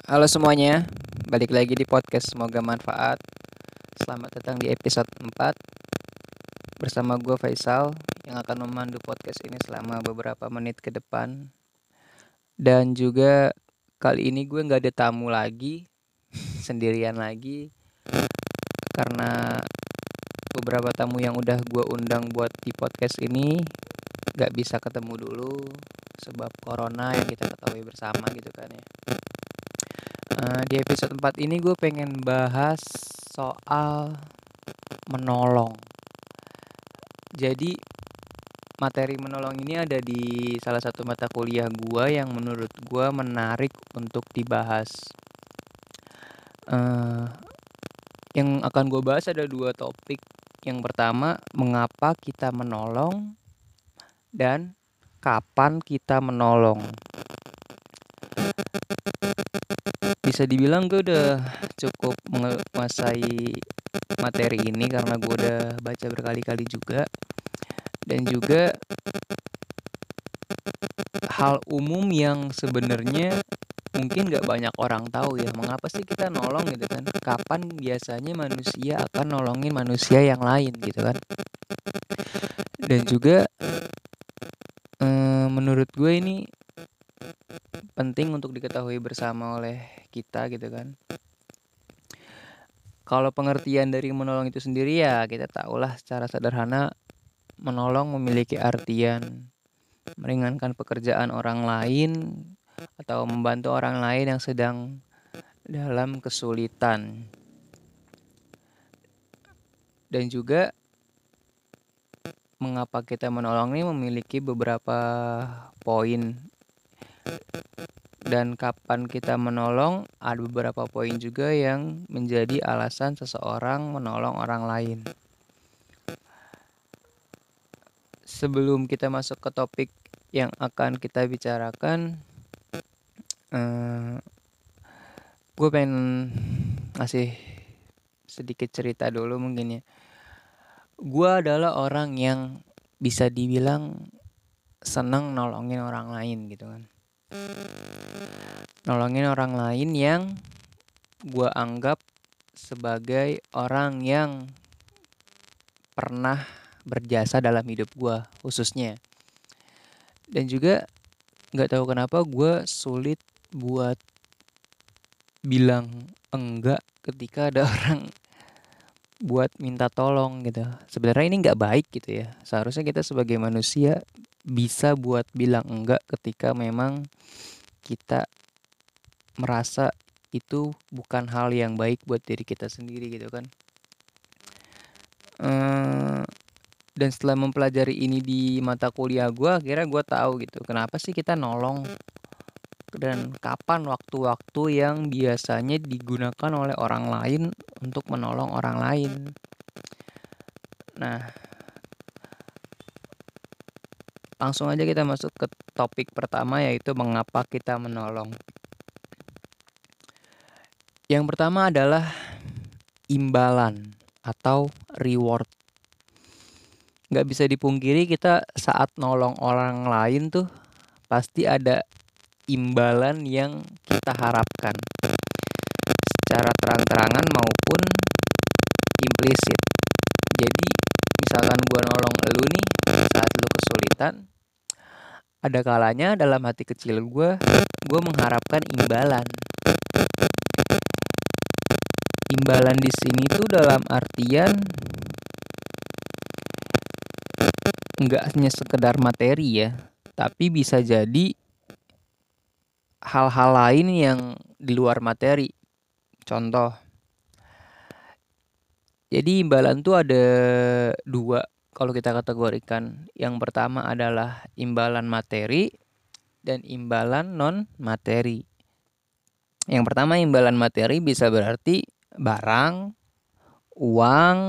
Halo semuanya, balik lagi di podcast Semoga Manfaat. Selamat datang di episode 4 bersama gue Faisal yang akan memandu podcast ini selama beberapa menit ke depan. Dan juga kali ini gue gak ada tamu lagi, sendirian lagi karena beberapa tamu yang udah gue undang buat di podcast ini gak bisa ketemu dulu sebab corona yang kita ketahui bersama gitu kan ya. Di episode 4 ini gue pengen bahas soal menolong. Jadi materi menolong ini ada di salah satu mata kuliah gue yang menurut gue menarik untuk dibahas. Eh, yang akan gue bahas ada dua topik. Yang pertama, mengapa kita menolong dan kapan kita menolong. Bisa dibilang gue udah cukup menguasai materi ini karena gue udah baca berkali-kali juga. Dan juga hal umum yang sebenarnya mungkin gak banyak orang tahu ya, mengapa sih kita nolong gitu kan, kapan biasanya manusia akan nolongin manusia yang lain gitu kan. Dan juga menurut gue ini penting untuk diketahui bersama oleh kita gitu kan. Kalau pengertian dari menolong itu sendiri ya kita tahulah secara sederhana, menolong memiliki artian meringankan pekerjaan orang lain atau membantu orang lain yang sedang dalam kesulitan. Dan juga mengapa kita menolong ini memiliki beberapa poin. Dan kapan kita menolong ada beberapa poin juga yang menjadi alasan seseorang menolong orang lain. Sebelum kita masuk ke topik yang akan kita bicarakan, gue pengen ngasih sedikit cerita dulu mungkin ya. Gue adalah orang yang bisa dibilang senang nolongin orang lain gitu kan. Nolongin orang lain yang gue anggap sebagai orang yang pernah berjasa dalam hidup gue khususnya. Dan juga gak tahu kenapa gue sulit buat bilang enggak ketika ada orang buat minta tolong gitu. Sebenarnya ini nggak baik gitu ya. Seharusnya kita sebagai manusia bisa buat bilang enggak ketika memang kita merasa itu bukan hal yang baik buat diri kita sendiri gitu kan. Dan setelah mempelajari ini di mata kuliah gue, akhirnya gue tahu gitu kenapa sih kita nolong dan kapan waktu-waktu yang biasanya digunakan oleh orang lain untuk menolong orang lain. Nah, langsung aja kita masuk ke topik pertama, yaitu mengapa kita menolong. Yang pertama adalah imbalan atau reward. Gak bisa dipungkiri kita saat nolong orang lain tuh pasti ada imbalan yang kita harapkan secara terang-terangan maupun implisit. Jadi misalkan gue nolong elu nih saat lu kesulitan, ada kalanya dalam hati kecil gue mengharapkan imbalan. Imbalan di sini tuh dalam artian nggak hanya sekedar materi ya, tapi bisa jadi hal-hal lain yang di luar materi. Contoh, jadi imbalan tuh ada dua kalau kita kategorikan. Yang pertama adalah imbalan materi dan imbalan non materi. Yang pertama imbalan materi bisa berarti barang, uang,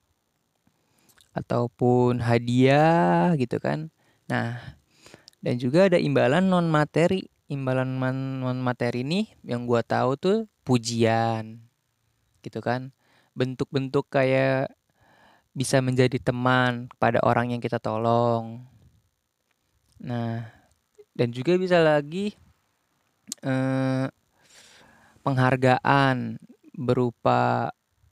ataupun hadiah gitu kan. Nah, dan juga ada imbalan non materi. Imbalan non materi nih yang gua tahu tuh pujian gitu kan. Bentuk-bentuk kayak bisa menjadi teman pada orang yang kita tolong. Nah, dan juga bisa lagi penghargaan berupa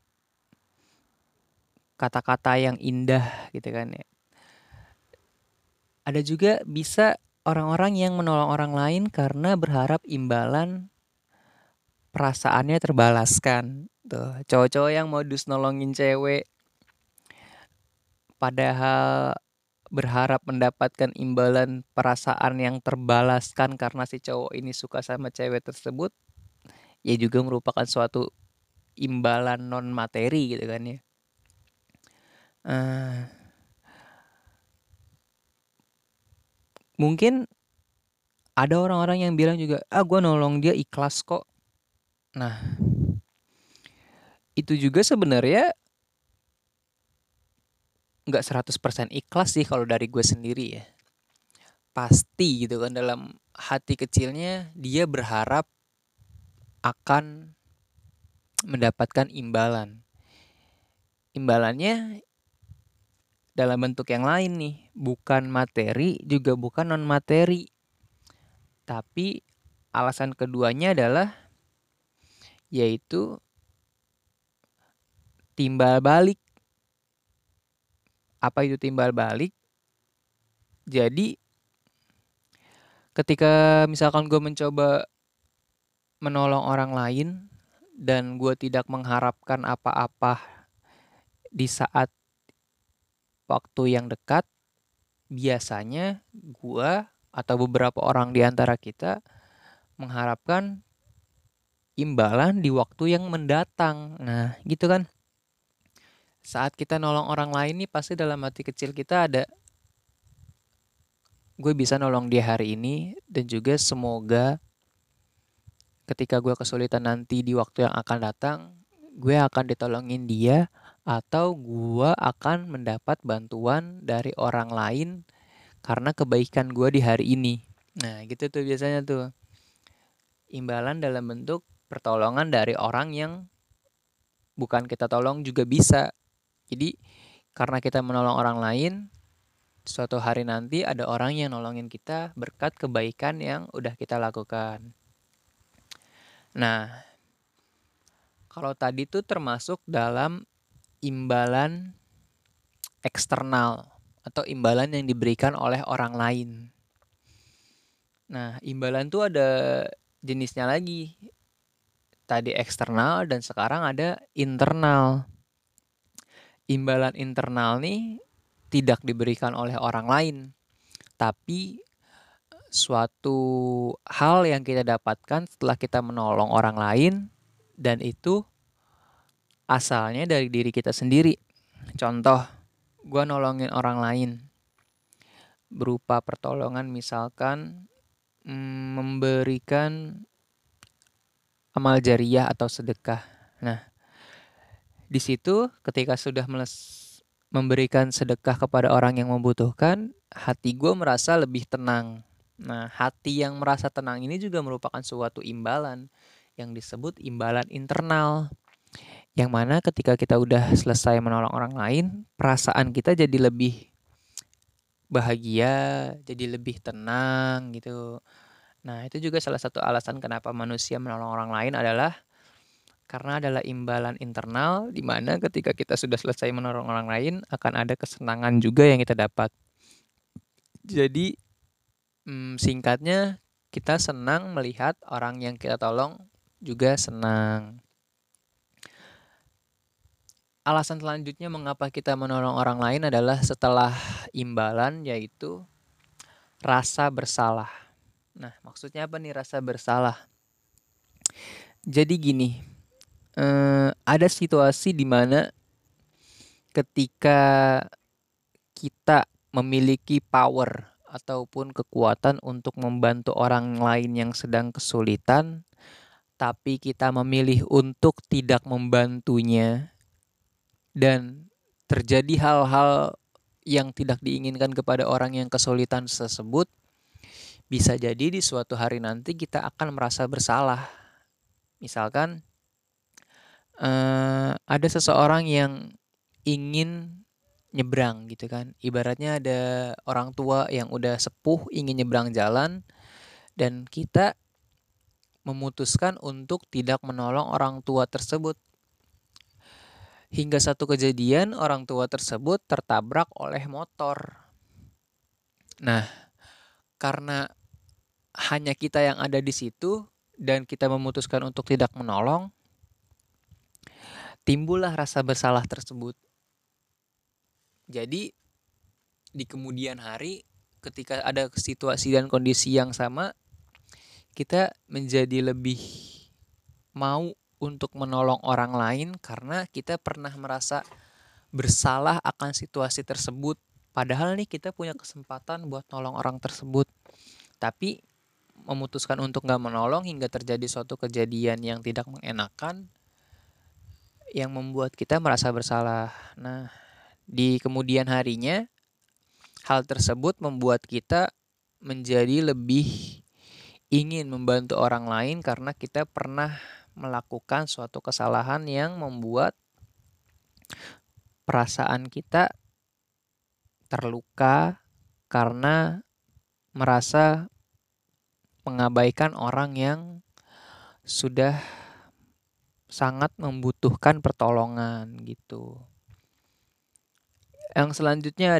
kata-kata yang indah gitu kan ya. Ada juga bisa orang-orang yang menolong orang lain karena berharap imbalan perasaannya terbalaskan. Tuh, cowok-cowok yang modus nolongin cewek padahal berharap mendapatkan imbalan perasaan yang terbalaskan karena si cowok ini suka sama cewek tersebut, ya juga merupakan suatu imbalan non materi gitu kan ya. Eh, Mungkin ada orang-orang yang bilang juga, gue nolong dia ikhlas kok. Nah, itu juga sebenarnya nggak 100% ikhlas sih kalau dari gue sendiri ya. Pasti gitu kan dalam hati kecilnya dia berharap akan mendapatkan imbalan. Imbalannya dalam bentuk yang lain nih, bukan materi juga bukan non materi. Tapi alasan keduanya adalah yaitu timbal balik. Apa itu timbal balik? Jadi ketika misalkan gue mencoba menolong orang lain dan gue tidak mengharapkan apa-apa di saat waktu yang dekat, biasanya gue atau beberapa orang di antara kita mengharapkan imbalan di waktu yang mendatang. Nah, gitu kan. Saat kita nolong orang lain nih pasti dalam hati kecil kita ada, gue bisa nolong dia hari ini dan juga semoga ketika gue kesulitan nanti di waktu yang akan datang, gue akan ditolongin dia atau gue akan mendapat bantuan dari orang lain karena kebaikan gue di hari ini. Nah, gitu tuh biasanya tuh. Imbalan dalam bentuk pertolongan dari orang yang bukan kita tolong juga bisa. Jadi, karena kita menolong orang lain, suatu hari nanti ada orang yang nolongin kita berkat kebaikan yang udah kita lakukan. Nah, kalau tadi tuh termasuk dalam imbalan eksternal atau imbalan yang diberikan oleh orang lain. Nah, imbalan tuh ada jenisnya lagi. Tadi eksternal dan sekarang ada internal. Imbalan internal nih tidak diberikan oleh orang lain, tapi suatu hal yang kita dapatkan setelah kita menolong orang lain dan itu asalnya dari diri kita sendiri. Contoh, gue nolongin orang lain berupa pertolongan misalkan memberikan amal jariah atau sedekah. Nah, di situ ketika sudah memberikan sedekah kepada orang yang membutuhkan, hati gue merasa lebih tenang. Nah, hati yang merasa tenang ini juga merupakan suatu imbalan yang disebut imbalan internal. Yang mana ketika kita udah selesai menolong orang lain, perasaan kita jadi lebih bahagia, jadi lebih tenang gitu. Nah, itu juga salah satu alasan kenapa manusia menolong orang lain adalah karena adalah imbalan internal di mana ketika kita sudah selesai menolong orang lain akan ada kesenangan juga yang kita dapat. Jadi singkatnya kita senang melihat orang yang kita tolong juga senang. Alasan selanjutnya mengapa kita menolong orang lain adalah setelah imbalan yaitu rasa bersalah. Nah, maksudnya apa nih rasa bersalah? Jadi gini, ada situasi di mana ketika kita memiliki power ataupun kekuatan untuk membantu orang lain yang sedang kesulitan, tapi kita memilih untuk tidak membantunya dan terjadi hal-hal yang tidak diinginkan kepada orang yang kesulitan tersebut, bisa jadi di suatu hari nanti kita akan merasa bersalah. Misalkan ada seseorang yang ingin nyebrang gitu kan. Ibaratnya ada orang tua yang udah sepuh ingin nyebrang jalan dan kita memutuskan untuk tidak menolong orang tua tersebut. Hingga satu kejadian orang tua tersebut tertabrak oleh motor. Nah, karena hanya kita yang ada di situ dan kita memutuskan untuk tidak menolong, timbullah rasa bersalah tersebut. Jadi di kemudian hari ketika ada situasi dan kondisi yang sama, kita menjadi lebih mau untuk menolong orang lain karena kita pernah merasa bersalah akan situasi tersebut. Padahal nih kita punya kesempatan buat nolong orang tersebut, tapi memutuskan untuk gak menolong hingga terjadi suatu kejadian yang tidak mengenakan yang membuat kita merasa bersalah. Nah, di kemudian harinya hal tersebut membuat kita menjadi lebih ingin membantu orang lain karena kita pernah melakukan suatu kesalahan yang membuat perasaan kita terluka karena merasa mengabaikan orang yang sudah sangat membutuhkan pertolongan gitu. Yang selanjutnya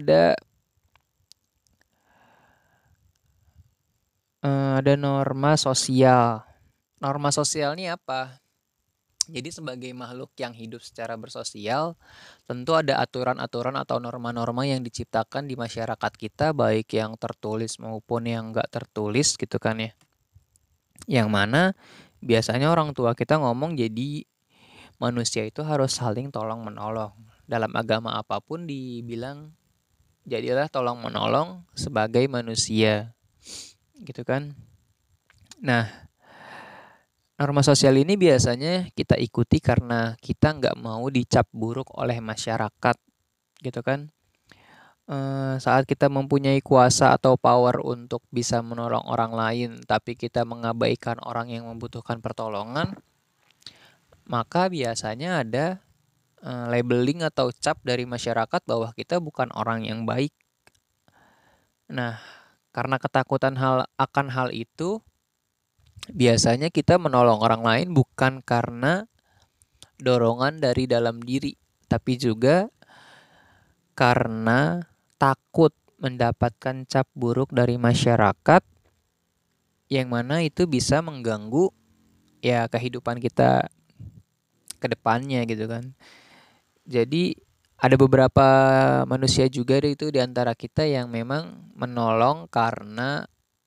ada norma sosial. Norma sosial ini apa? Jadi sebagai makhluk yang hidup secara bersosial, tentu ada aturan-aturan atau norma-norma yang diciptakan di masyarakat kita, baik yang tertulis maupun yang nggak tertulis gitu kan ya. Yang mana biasanya orang tua kita ngomong jadi manusia itu harus saling tolong menolong. Dalam agama apapun dibilang jadilah tolong menolong sebagai manusia gitu kan. Nah, norma sosial ini biasanya kita ikuti karena kita nggak mau dicap buruk oleh masyarakat gitu kan. Saat kita mempunyai kuasa atau power untuk bisa menolong orang lain tapi kita mengabaikan orang yang membutuhkan pertolongan, maka biasanya ada labeling atau cap dari masyarakat bahwa kita bukan orang yang baik. Nah, karena ketakutan akan hal itu, biasanya kita menolong orang lain bukan karena dorongan dari dalam diri, tapi juga karena takut mendapatkan cap buruk dari masyarakat yang mana itu bisa mengganggu ya kehidupan kita ke depannya gitu kan. Jadi ada beberapa manusia juga itu di antara kita yang memang menolong karena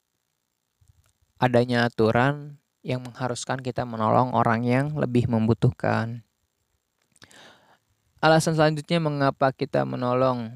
adanya aturan yang mengharuskan kita menolong orang yang lebih membutuhkan. Alasan selanjutnya mengapa kita menolong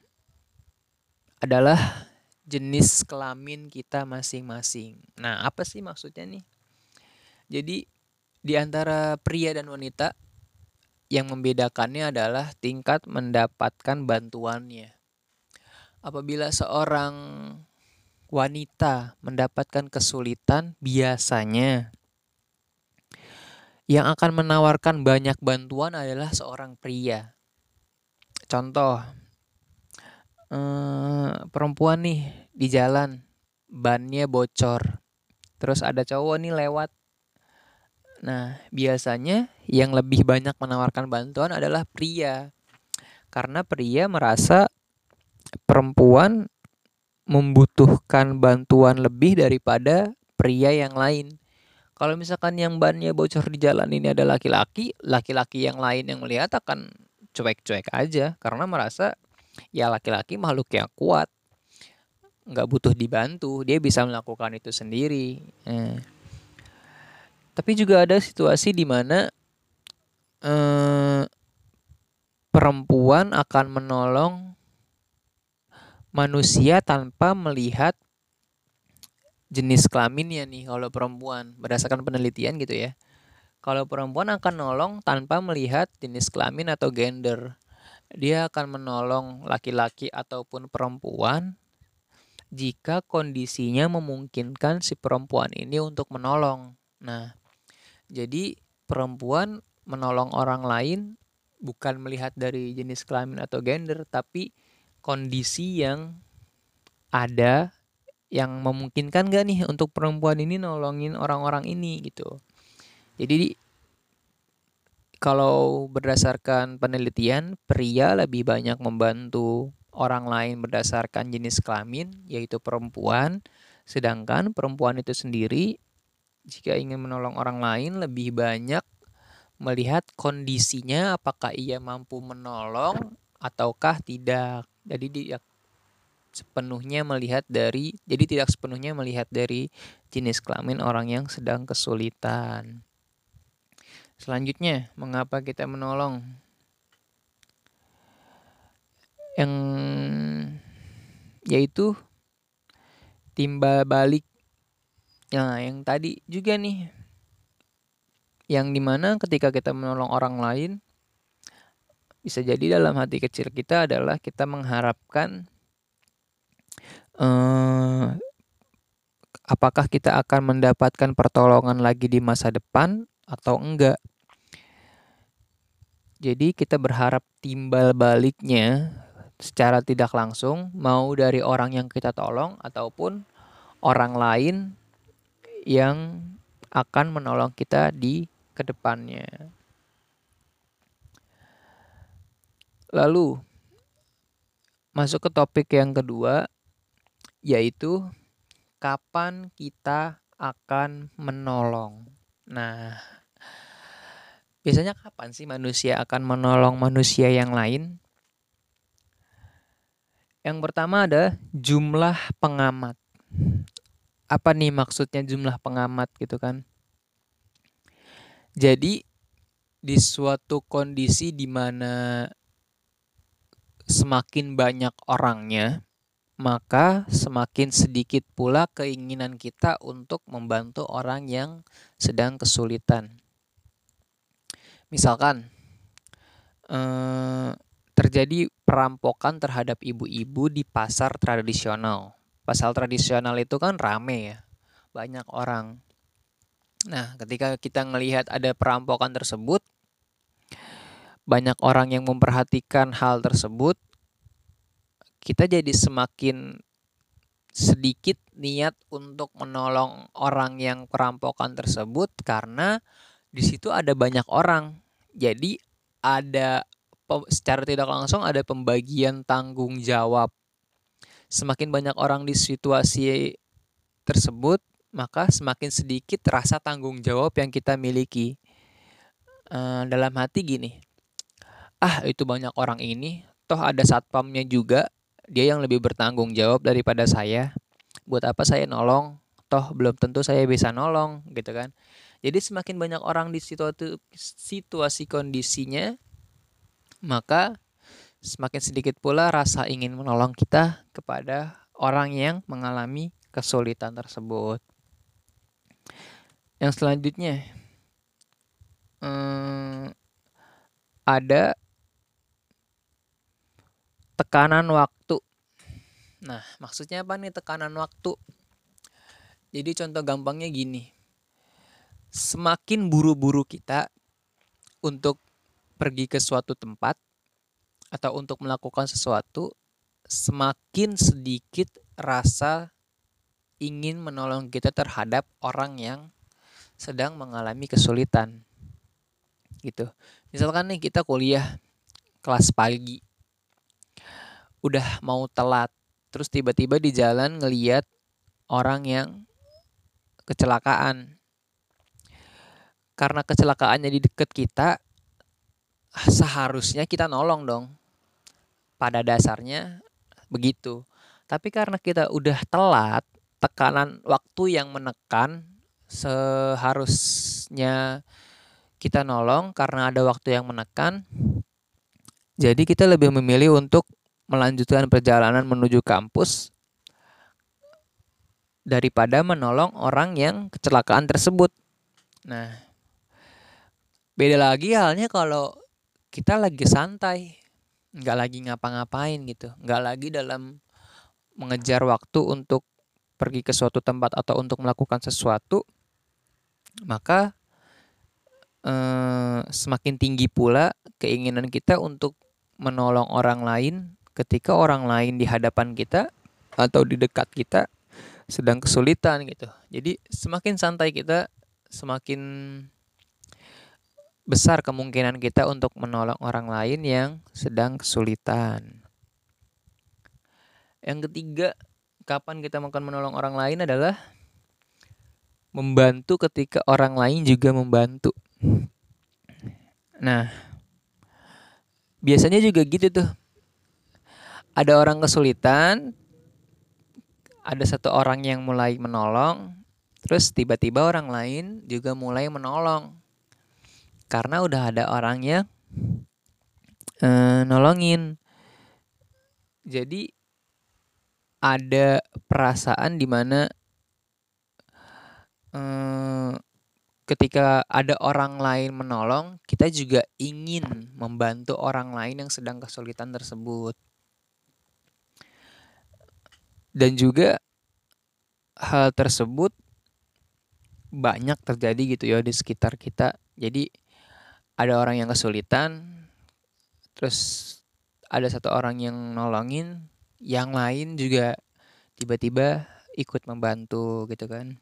adalah jenis kelamin kita masing-masing. Nah, apa sih maksudnya nih? Jadi di antara pria dan wanita yang membedakannya adalah tingkat mendapatkan bantuannya. Apabila seorang wanita mendapatkan kesulitan, biasanya yang akan menawarkan banyak bantuan adalah seorang pria. Contoh, perempuan nih di jalan, bannya bocor, terus ada cowok nih lewat. Nah, biasanya yang lebih banyak menawarkan bantuan adalah pria. Karena pria merasa perempuan membutuhkan bantuan lebih daripada pria yang lain. Kalau misalkan yang bannya bocor di jalan ini ada laki-laki, laki-laki yang lain yang melihat akan cuek-cuek aja karena merasa ya laki-laki makhluk yang kuat, nggak butuh dibantu, dia bisa melakukan itu sendiri. Tapi juga ada situasi di mana perempuan akan menolong manusia tanpa melihat jenis kelaminnya nih. Kalau perempuan berdasarkan penelitian gitu ya, kalau perempuan akan nolong tanpa melihat jenis kelamin atau gender. Dia akan menolong laki-laki ataupun perempuan jika kondisinya memungkinkan si perempuan ini untuk menolong. Nah, jadi perempuan menolong orang lain bukan melihat dari jenis kelamin atau gender, tapi kondisi yang ada yang memungkinkan gak nih untuk perempuan ini nolongin orang-orang ini gitu. Jadi kalau berdasarkan penelitian, pria lebih banyak membantu orang lain berdasarkan jenis kelamin, yaitu perempuan. Sedangkan perempuan itu sendiri, jika ingin menolong orang lain, lebih banyak melihat kondisinya, apakah ia mampu menolong ataukah tidak. Jadi dia tidak sepenuhnya melihat dari jenis kelamin orang yang sedang kesulitan. Selanjutnya, mengapa kita menolong? Yang yaitu timbal balik. Nah, yang tadi juga nih, yang dimana ketika kita menolong orang lain, bisa jadi dalam hati kecil kita adalah kita mengharapkan apakah kita akan mendapatkan pertolongan lagi di masa depan atau enggak. Jadi kita berharap timbal baliknya secara tidak langsung, mau dari orang yang kita tolong ataupun orang lain yang akan menolong kita di kedepannya. Lalu masuk ke topik yang kedua, yaitu kapan kita akan menolong. Nah, biasanya kapan sih manusia akan menolong manusia yang lain? Yang pertama ada jumlah pengamat. Apa nih maksudnya jumlah pengamat gitu kan? Jadi di suatu kondisi di mana semakin banyak orangnya, maka semakin sedikit pula keinginan kita untuk membantu orang yang sedang kesulitan. Misalkan terjadi perampokan terhadap ibu-ibu di pasar tradisional. Pasar tradisional itu kan rame ya, banyak orang. Nah, ketika kita ngelihat ada perampokan tersebut, banyak orang yang memperhatikan hal tersebut, kita jadi semakin sedikit niat untuk menolong orang yang perampokan tersebut karena di situ ada banyak orang. Jadi ada secara tidak langsung ada pembagian tanggung jawab. Semakin banyak orang di situasi tersebut, maka semakin sedikit rasa tanggung jawab yang kita miliki. Dalam hati gini, itu banyak orang ini, toh ada satpamnya juga, dia yang lebih bertanggung jawab daripada saya. Buat apa saya nolong? Toh belum tentu saya bisa nolong, gitu kan. Jadi semakin banyak orang di situasi kondisinya, maka semakin sedikit pula rasa ingin menolong kita kepada orang yang mengalami kesulitan tersebut. Yang selanjutnya, ada tekanan waktu. Nah, maksudnya apa nih tekanan waktu? Jadi contoh gampangnya gini. Semakin buru-buru kita untuk pergi ke suatu tempat atau untuk melakukan sesuatu, semakin sedikit rasa ingin menolong kita terhadap orang yang sedang mengalami kesulitan. Gitu. Misalkan nih kita kuliah kelas pagi. Udah mau telat, terus tiba-tiba di jalan ngeliat orang yang kecelakaan. Karena kecelakaannya di dekat kita, seharusnya kita nolong dong. Pada dasarnya begitu. Tapi karena kita udah telat, tekanan waktu yang menekan, seharusnya kita nolong karena ada waktu yang menekan. Jadi kita lebih memilih untuk melanjutkan perjalanan menuju kampus daripada menolong orang yang kecelakaan tersebut. Nah, beda lagi halnya kalau kita lagi santai, nggak lagi ngapa-ngapain gitu, nggak lagi dalam mengejar waktu untuk pergi ke suatu tempat atau untuk melakukan sesuatu, maka semakin tinggi pula keinginan kita untuk menolong orang lain ketika orang lain di hadapan kita atau di dekat kita sedang kesulitan gitu. Jadi semakin santai kita, semakin besar kemungkinan kita untuk menolong orang lain yang sedang kesulitan. Yang ketiga, kapan kita akan menolong orang lain adalah membantu ketika orang lain juga membantu. Nah, biasanya juga gitu tuh. Ada orang kesulitan, ada satu orang yang mulai menolong, terus tiba-tiba orang lain juga mulai menolong. Karena udah ada orang yang nolongin. Jadi ada perasaan di mana ketika ada orang lain menolong, kita juga ingin membantu orang lain yang sedang kesulitan tersebut. Dan juga hal tersebut banyak terjadi gitu ya di sekitar kita. Jadi ada orang yang kesulitan, terus ada satu orang yang nolongin, yang lain juga tiba-tiba ikut membantu gitu kan.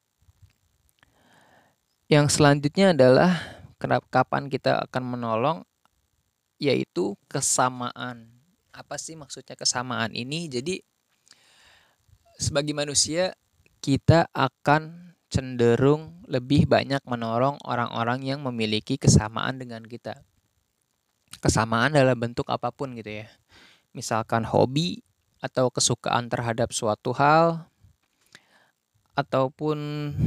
Yang selanjutnya adalah kapan kita akan menolong, yaitu kesamaan. Apa sih maksudnya kesamaan ini? Jadi sebagai manusia kita akan cenderung lebih banyak menolong orang-orang yang memiliki kesamaan dengan kita. Kesamaan dalam bentuk apapun gitu ya. Misalkan hobi atau kesukaan terhadap suatu hal, ataupun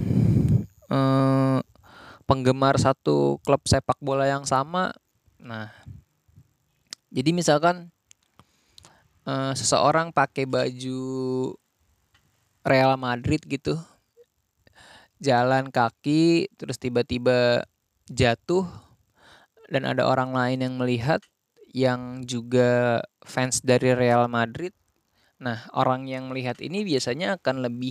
penggemar satu klub sepak bola yang sama. Nah, jadi misalkan seseorang pakai baju Real Madrid gitu, jalan kaki, terus tiba-tiba jatuh, dan ada orang lain yang melihat, yang juga fans dari Real Madrid. Nah, orang yang melihat ini biasanya akan lebih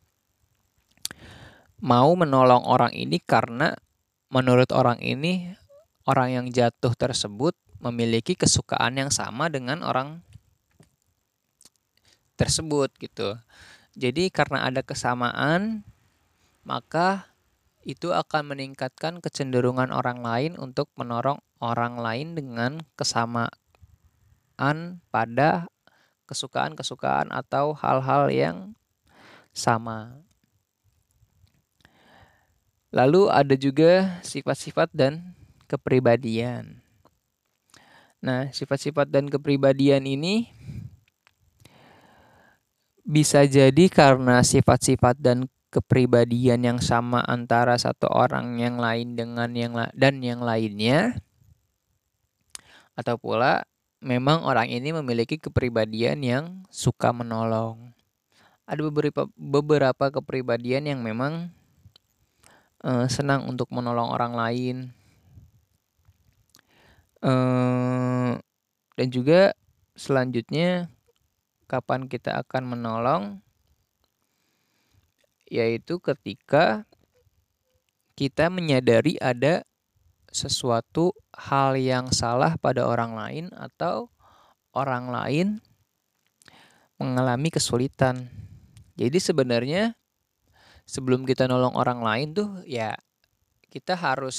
mau menolong orang ini karena menurut orang ini, orang yang jatuh tersebut memiliki kesukaan yang sama dengan orang tersebut gitu. Jadi karena ada kesamaan, maka itu akan meningkatkan kecenderungan orang lain untuk menolong orang lain dengan kesamaan pada kesukaan-kesukaan atau hal-hal yang sama. Lalu ada juga sifat-sifat dan kepribadian. Nah, sifat-sifat dan kepribadian ini bisa jadi karena sifat-sifat dan kepribadian yang sama antara satu orang yang lain dengan yang lainnya, atau pula memang orang ini memiliki kepribadian yang suka menolong. Ada beberapa kepribadian yang memang senang untuk menolong orang lain. Dan juga selanjutnya, kapan kita akan menolong, yaitu ketika kita menyadari ada sesuatu hal yang salah pada orang lain atau orang lain mengalami kesulitan. Jadi sebenarnya sebelum kita nolong orang lain tuh ya kita harus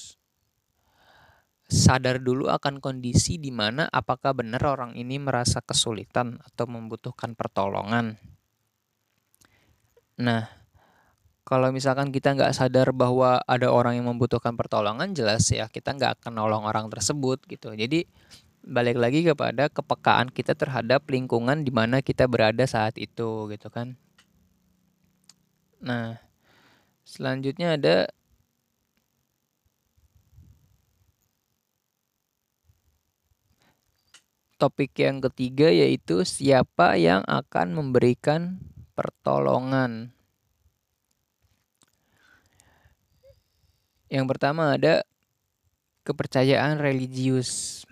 sadar dulu akan kondisi di mana apakah benar orang ini merasa kesulitan atau membutuhkan pertolongan. Nah, kalau misalkan kita nggak sadar bahwa ada orang yang membutuhkan pertolongan, jelas ya kita nggak akan nolong orang tersebut gitu. Jadi balik lagi kepada kepekaan kita terhadap lingkungan di mana kita berada saat itu gitu kan. Nah, selanjutnya ada topik yang ketiga, yaitu siapa yang akan memberikan pertolongan. Yang pertama ada kepercayaan religius.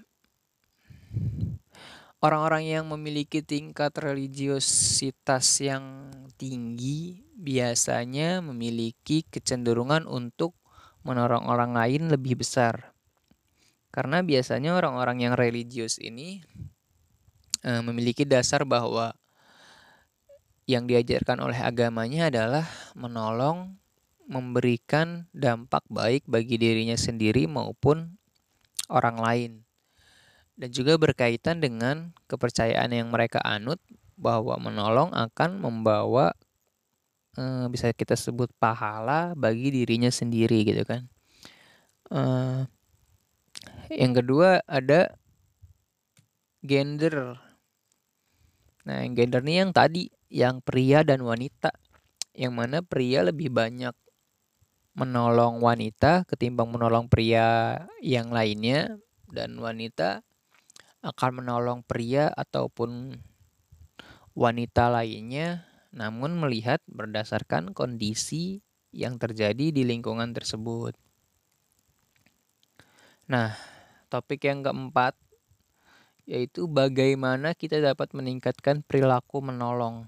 Orang-orang yang memiliki tingkat religiositas yang tinggi biasanya memiliki kecenderungan untuk menolong orang lain lebih besar. Karena biasanya orang-orang yang religius ini memiliki dasar bahwa yang diajarkan oleh agamanya adalah menolong, memberikan dampak baik bagi dirinya sendiri maupun orang lain. Dan juga berkaitan dengan kepercayaan yang mereka anut bahwa menolong akan membawa bisa kita sebut pahala bagi dirinya sendiri gitu kan. Eh, yang kedua ada gender. Nah, yang gender ini yang tadi, yang pria dan wanita. Yang mana pria lebih banyak menolong wanita ketimbang menolong pria yang lainnya, dan wanita akan menolong pria ataupun wanita lainnya, namun melihat berdasarkan kondisi yang terjadi di lingkungan tersebut. Nah, topik yang keempat yaitu bagaimana kita dapat meningkatkan perilaku menolong.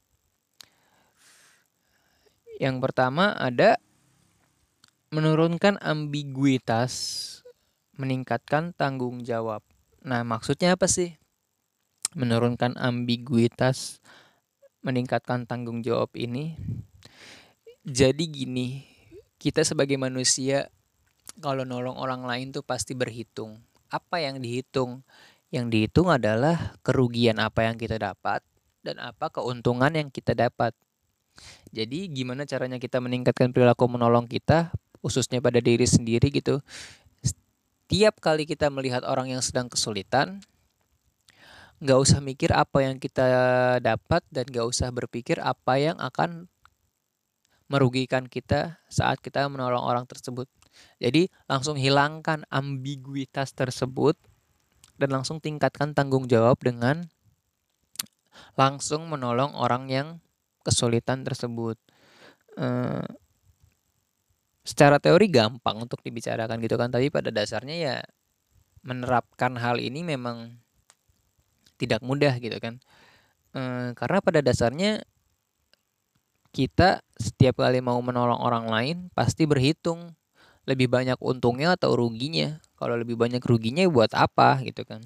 Yang pertama ada menurunkan ambiguitas, meningkatkan tanggung jawab. Nah, maksudnya apa sih? Menurunkan ambiguitas, meningkatkan tanggung jawab ini. Jadi gini, kita sebagai manusia kalau nolong orang lain tuh pasti berhitung. Apa yang dihitung? Yang dihitung adalah kerugian apa yang kita dapat dan apa keuntungan yang kita dapat. Jadi gimana caranya kita meningkatkan perilaku menolong kita, khususnya pada diri sendiri gitu. Setiap kali kita melihat orang yang sedang kesulitan, nggak usah mikir apa yang kita dapat dan nggak usah berpikir apa yang akan merugikan kita saat kita menolong orang tersebut. Jadi langsung hilangkan ambiguitas tersebut dan langsung tingkatkan tanggung jawab dengan langsung menolong orang yang kesulitan tersebut. Eh, secara teori gampang untuk dibicarakan gitu kan, tapi pada dasarnya ya menerapkan hal ini memang tidak mudah gitu kan. Karena pada dasarnya kita setiap kali mau menolong orang lain pasti berhitung lebih banyak untungnya atau ruginya. Kalau lebih banyak ruginya buat apa gitu kan.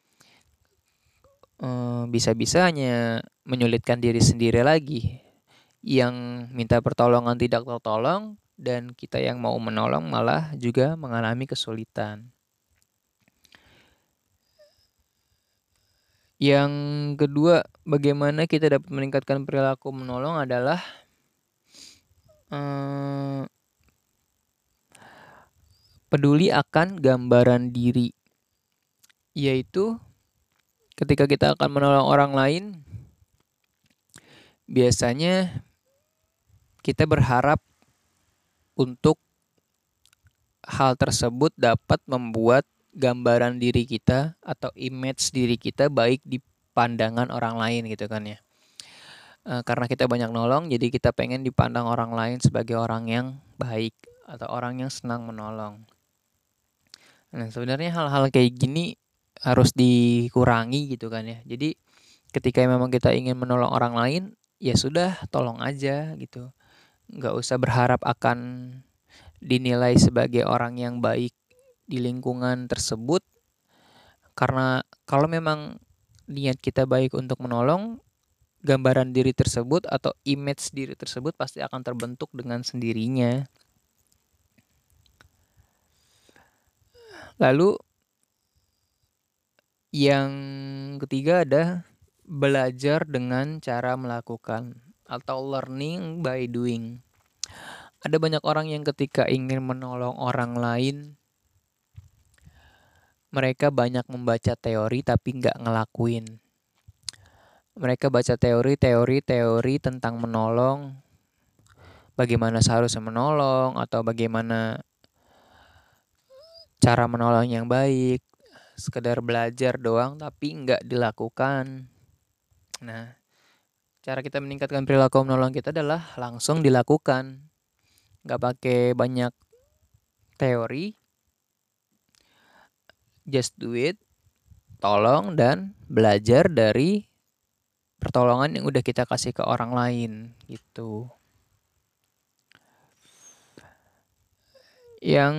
Bisa-bisa hanya menyulitkan diri sendiri lagi. Yang minta pertolongan tidak tertolong dan kita yang mau menolong malah juga mengalami kesulitan. Yang kedua, bagaimana kita dapat meningkatkan perilaku menolong adalah peduli akan gambaran diri. Yaitu ketika kita akan menolong orang lain, biasanya kita berharap untuk hal tersebut dapat membuat gambaran diri kita atau image diri kita baik di pandangan orang lain gitu kan ya. Karena kita banyak nolong, jadi kita pengen dipandang orang lain sebagai orang yang baik atau orang yang senang menolong. Nah, sebenarnya hal-hal kayak gini harus dikurangi gitu kan ya. Jadi ketika memang kita ingin menolong orang lain, ya sudah tolong aja gitu. Nggak usah berharap akan dinilai sebagai orang yang baik di lingkungan tersebut. Karena kalau memang niat kita baik untuk menolong, gambaran diri tersebut atau image diri tersebut pasti akan terbentuk dengan sendirinya. Lalu yang ketiga ada belajar dengan cara melakukan atau learning by doing. Ada banyak orang yang ketika ingin menolong orang lain, mereka banyak membaca teori tapi nggak ngelakuin. Mereka baca teori tentang menolong, bagaimana seharusnya menolong atau bagaimana cara menolong yang baik. Sekedar belajar doang tapi nggak dilakukan. Nah, cara kita meningkatkan perilaku menolong kita adalah langsung dilakukan. Nggak pakai banyak teori, just do it, tolong dan belajar dari pertolongan yang udah kita kasih ke orang lain gitu. Yang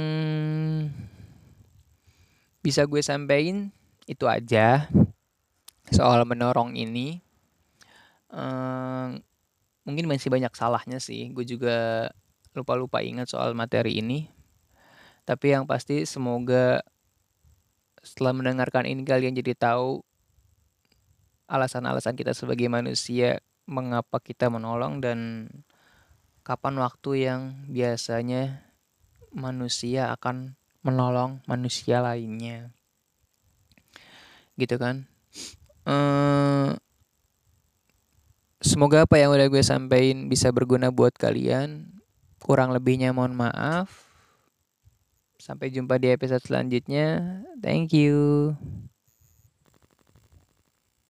bisa gue sampaikan itu aja soal mendorong ini. mungkin masih banyak salahnya sih, gue juga lupa-lupa ingat soal materi ini. Tapi yang pasti semoga setelah mendengarkan ini kalian jadi tahu alasan-alasan kita sebagai manusia mengapa kita menolong dan kapan waktu yang biasanya manusia akan menolong manusia lainnya. Gitu kan. Eh, Semoga apa yang udah gue sampaikan bisa berguna buat kalian. Kurang lebihnya mohon maaf. Sampai jumpa di episode selanjutnya. Thank you.